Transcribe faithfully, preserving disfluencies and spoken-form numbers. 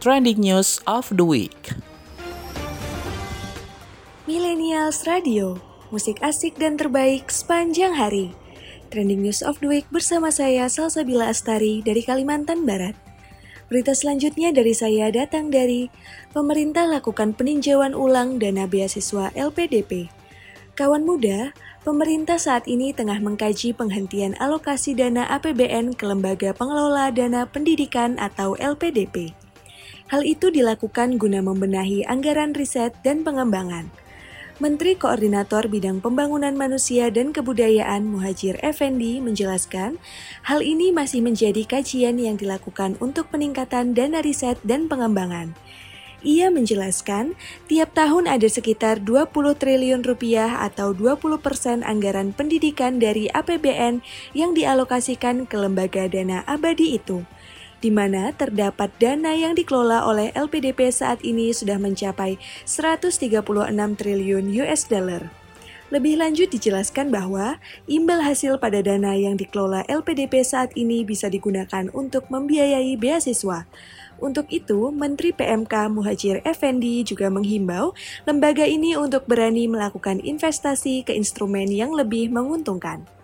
Trending News of the Week. Millennials Radio, musik asik dan terbaik sepanjang hari. Trending News of the Week bersama saya Salsabila Astari dari Kalimantan Barat. Berita selanjutnya dari saya datang dari pemerintah lakukan peninjauan ulang dana beasiswa L P D P. Kawan muda, pemerintah saat ini tengah mengkaji penghentian alokasi dana A P B N ke Lembaga Pengelola Dana Pendidikan atau L P D P. Hal itu dilakukan guna membenahi anggaran riset dan pengembangan. Menteri Koordinator Bidang Pembangunan Manusia dan Kebudayaan Muhadjir Effendi menjelaskan, hal ini masih menjadi kajian yang dilakukan untuk peningkatan dana riset dan pengembangan. Ia menjelaskan, tiap tahun ada sekitar dua puluh triliun rupiah atau dua puluh persen anggaran pendidikan dari A P B N yang dialokasikan ke lembaga dana abadi itu, di mana terdapat dana yang dikelola oleh L P D P saat ini sudah mencapai seratus tiga puluh enam triliun U S dollar. Lebih lanjut dijelaskan bahwa imbal hasil pada dana yang dikelola L P D P saat ini bisa digunakan untuk membiayai beasiswa. Untuk itu, Menteri P M K Muhadjir Effendi juga menghimbau lembaga ini untuk berani melakukan investasi ke instrumen yang lebih menguntungkan.